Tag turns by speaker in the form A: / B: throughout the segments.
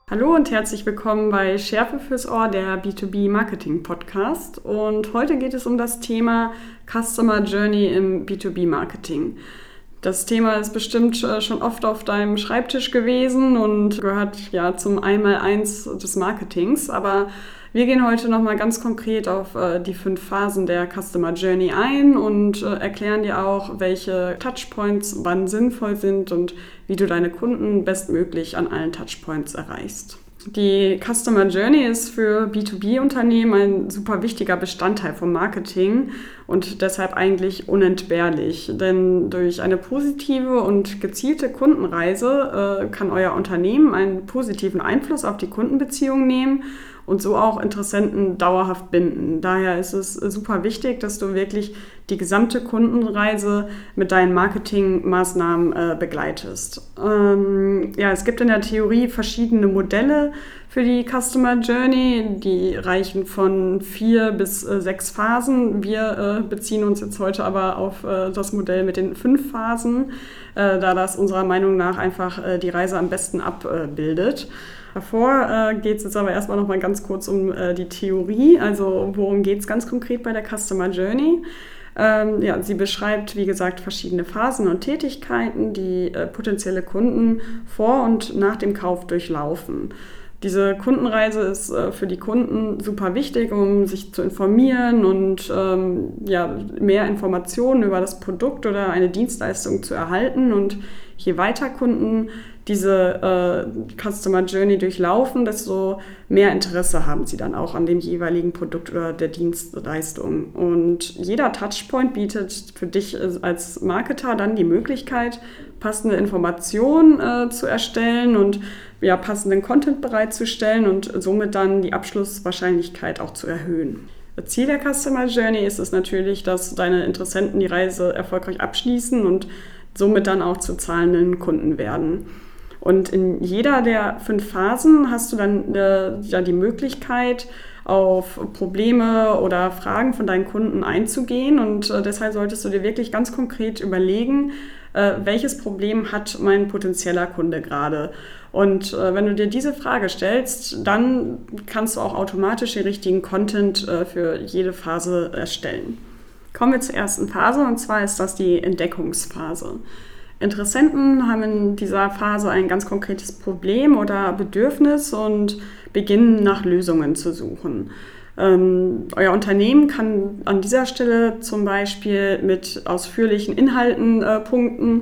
A: Hallo und herzlich willkommen bei Schärfe fürs Ohr, der B2B Marketing Podcast. Und heute geht es um das Thema Customer Journey im B2B Marketing. Das Thema ist bestimmt schon oft auf deinem Schreibtisch gewesen und gehört ja zum Einmaleins des Marketings. Aber wir gehen heute nochmal ganz konkret auf die 5 Phasen der Customer Journey ein und erklären dir auch, welche Touchpoints wann sinnvoll sind und wie du deine Kunden bestmöglich an allen Touchpoints erreichst. Die Customer Journey ist für B2B-Unternehmen ein super wichtiger Bestandteil vom Marketing und deshalb eigentlich unentbehrlich. Denn durch eine positive und gezielte Kundenreise kann euer Unternehmen einen positiven Einfluss auf die Kundenbeziehung nehmen und so auch Interessenten dauerhaft binden. Daher ist es super wichtig, dass du wirklich die gesamte Kundenreise mit deinen Marketingmaßnahmen begleitest. Es gibt in der Theorie verschiedene Modelle für die Customer Journey. Die reichen von 4 bis 6 Phasen. Wir beziehen uns jetzt heute aber auf das Modell mit den 5 Phasen, da das unserer Meinung nach einfach die Reise am besten abbildet. Davor geht es jetzt aber erstmal noch mal ganz kurz um die Theorie. Also worum geht es ganz konkret bei der Customer Journey? Sie beschreibt, wie gesagt, verschiedene Phasen und Tätigkeiten, die potenzielle Kunden vor und nach dem Kauf durchlaufen. Diese Kundenreise ist für die Kunden super wichtig, um sich zu informieren und mehr Informationen über das Produkt oder eine Dienstleistung zu erhalten. Und je weiter Kunden diese Customer Journey durchlaufen, desto mehr Interesse haben sie dann auch an dem jeweiligen Produkt oder der Dienstleistung. Und jeder Touchpoint bietet für dich als Marketer dann die Möglichkeit, passende Informationen zu erstellen und passenden Content bereitzustellen und somit dann die Abschlusswahrscheinlichkeit auch zu erhöhen. Ziel der Customer Journey ist es natürlich, dass deine Interessenten die Reise erfolgreich abschließen und somit dann auch zu zahlenden Kunden werden. Und in jeder der 5 Phasen hast du dann die Möglichkeit, auf Probleme oder Fragen von deinen Kunden einzugehen. Und deshalb solltest du dir wirklich ganz konkret überlegen, welches Problem hat mein potenzieller Kunde gerade. Und wenn du dir diese Frage stellst, dann kannst du auch automatisch den richtigen Content für jede Phase erstellen. Kommen wir zur ersten Phase, und zwar ist das die Entdeckungsphase. Interessenten haben in dieser Phase ein ganz konkretes Problem oder Bedürfnis und beginnen nach Lösungen zu suchen. Euer Unternehmen kann an dieser Stelle zum Beispiel mit ausführlichen Inhalten punkten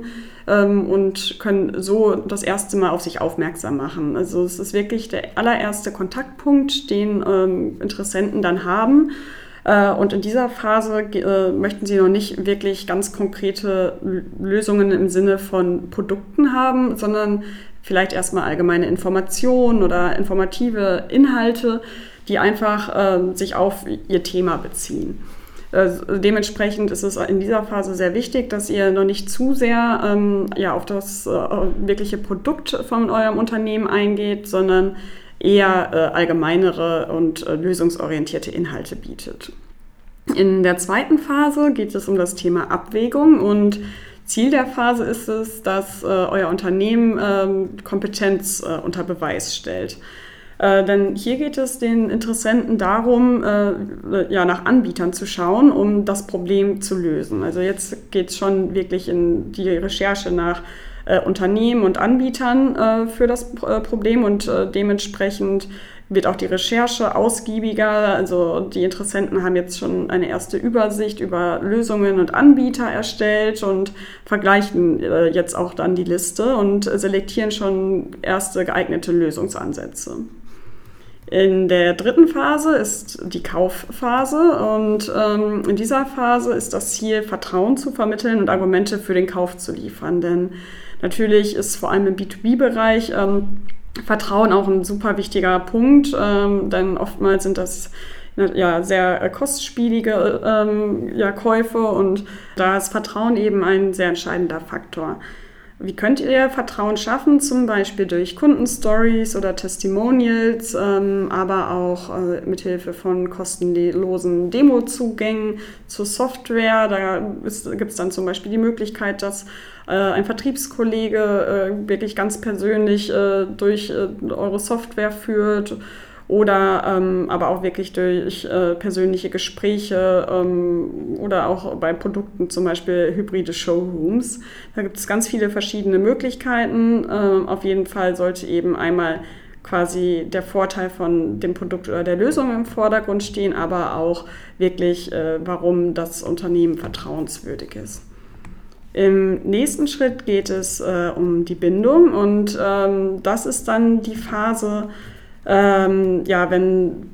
A: und können so das erste Mal auf sich aufmerksam machen. Also es ist wirklich der allererste Kontaktpunkt, den Interessenten dann haben. Und in dieser Phase möchten sie noch nicht wirklich ganz konkrete Lösungen im Sinne von Produkten haben, sondern vielleicht erstmal allgemeine Informationen oder informative Inhalte, die einfach sich auf ihr Thema beziehen. Dementsprechend ist es in dieser Phase sehr wichtig, dass ihr noch nicht zu sehr auf das wirkliche Produkt von eurem Unternehmen eingeht, sondern eher allgemeinere und lösungsorientierte Inhalte bietet. In der zweiten Phase geht es um das Thema Abwägung und Ziel der Phase ist es, dass euer Unternehmen Kompetenz unter Beweis stellt. Denn hier geht es den Interessenten darum, nach Anbietern zu schauen, um das Problem zu lösen. Also jetzt geht es schon wirklich in die Recherche nach Unternehmen und Anbietern für das Problem und dementsprechend wird auch die Recherche ausgiebiger. Also die Interessenten haben jetzt schon eine erste Übersicht über Lösungen und Anbieter erstellt und vergleichen jetzt auch dann die Liste und selektieren schon erste geeignete Lösungsansätze. In der dritten Phase ist die Kaufphase und in dieser Phase ist das Ziel, Vertrauen zu vermitteln und Argumente für den Kauf zu liefern. Denn natürlich ist vor allem im B2B-Bereich Vertrauen auch ein super wichtiger Punkt, denn oftmals sind das sehr kostspielige Käufe und da ist Vertrauen eben ein sehr entscheidender Faktor. Wie könnt ihr Vertrauen schaffen? Zum Beispiel durch Kundenstories oder Testimonials, aber auch mithilfe von kostenlosen Demo-Zugängen zur Software. Da gibt es dann zum Beispiel die Möglichkeit, dass ein Vertriebskollege wirklich ganz persönlich durch eure Software führt. Oder aber auch wirklich durch persönliche Gespräche oder auch bei Produkten, zum Beispiel hybride Showrooms. Da gibt es ganz viele verschiedene Möglichkeiten. Auf jeden Fall sollte eben einmal quasi der Vorteil von dem Produkt oder der Lösung im Vordergrund stehen, aber auch wirklich, warum das Unternehmen vertrauenswürdig ist. Im nächsten Schritt geht es um die Bindung und das ist dann die Phase, wenn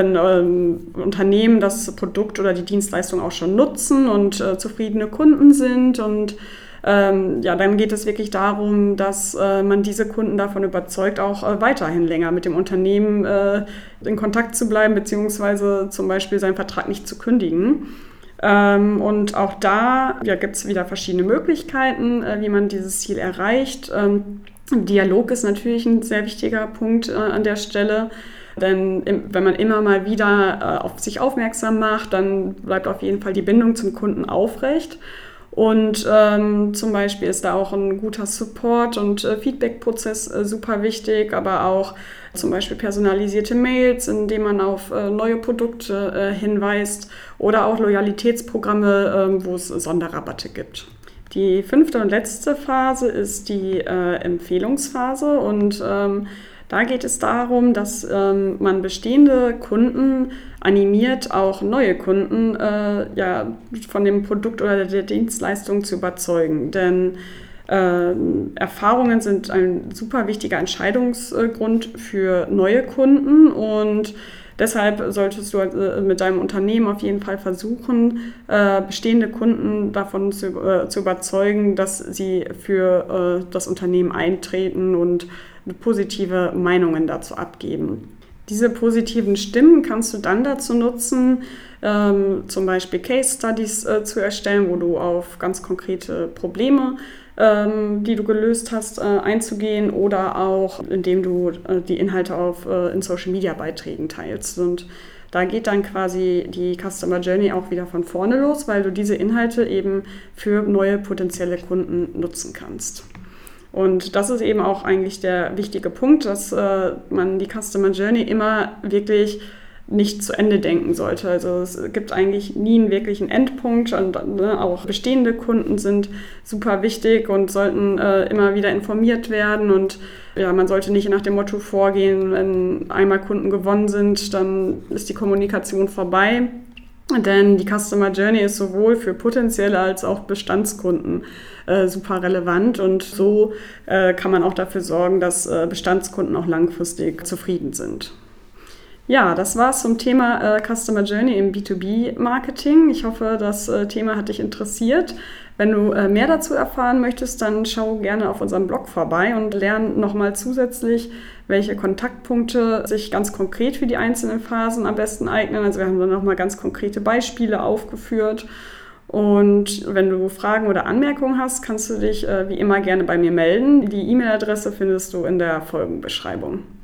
A: Unternehmen das Produkt oder die Dienstleistung auch schon nutzen und zufriedene Kunden sind und dann geht es wirklich darum, dass man diese Kunden davon überzeugt, auch weiterhin länger mit dem Unternehmen in Kontakt zu bleiben, beziehungsweise zum Beispiel seinen Vertrag nicht zu kündigen. Und auch da gibt es wieder verschiedene Möglichkeiten, wie man dieses Ziel erreicht. Dialog ist natürlich ein sehr wichtiger Punkt an der Stelle, denn wenn man immer mal wieder auf sich aufmerksam macht, dann bleibt auf jeden Fall die Bindung zum Kunden aufrecht. Und zum Beispiel ist da auch ein guter Support- und Feedback-Prozess super wichtig, aber auch zum Beispiel personalisierte Mails, in denen man auf neue Produkte hinweist oder auch Loyalitätsprogramme, wo es Sonderrabatte gibt. Die 5. und letzte Phase ist die Empfehlungsphase und da geht es darum, dass man bestehende Kunden animiert, auch neue Kunden von dem Produkt oder der Dienstleistung zu überzeugen. Denn Erfahrungen sind ein super wichtiger Entscheidungsgrund für neue Kunden und deshalb solltest du mit deinem Unternehmen auf jeden Fall versuchen, bestehende Kunden davon zu überzeugen, dass sie für das Unternehmen eintreten und positive Meinungen dazu abgeben. Diese positiven Stimmen kannst du dann dazu nutzen, zum Beispiel Case Studies zu erstellen, wo du auf ganz konkrete Probleme, die du gelöst hast, einzugehen oder auch indem du die Inhalte in Social Media Beiträgen teilst. Und da geht dann quasi die Customer Journey auch wieder von vorne los, weil du diese Inhalte eben für neue potenzielle Kunden nutzen kannst. Und das ist eben auch eigentlich der wichtige Punkt, dass man die Customer Journey immer wirklich nicht zu Ende denken sollte. Also es gibt eigentlich nie einen wirklichen Endpunkt und auch bestehende Kunden sind super wichtig und sollten immer wieder informiert werden und man sollte nicht nach dem Motto vorgehen, wenn einmal Kunden gewonnen sind, dann ist die Kommunikation vorbei. Denn die Customer Journey ist sowohl für potenzielle als auch Bestandskunden super relevant und so kann man auch dafür sorgen, dass Bestandskunden auch langfristig zufrieden sind. Ja, das war's zum Thema Customer Journey im B2B-Marketing. Ich hoffe, das Thema hat dich interessiert. Wenn du mehr dazu erfahren möchtest, dann schau gerne auf unserem Blog vorbei und lern nochmal zusätzlich, welche Kontaktpunkte sich ganz konkret für die einzelnen Phasen am besten eignen. Also wir haben dann nochmal ganz konkrete Beispiele aufgeführt. Und wenn du Fragen oder Anmerkungen hast, kannst du dich wie immer gerne bei mir melden. Die E-Mail-Adresse findest du in der Folgenbeschreibung.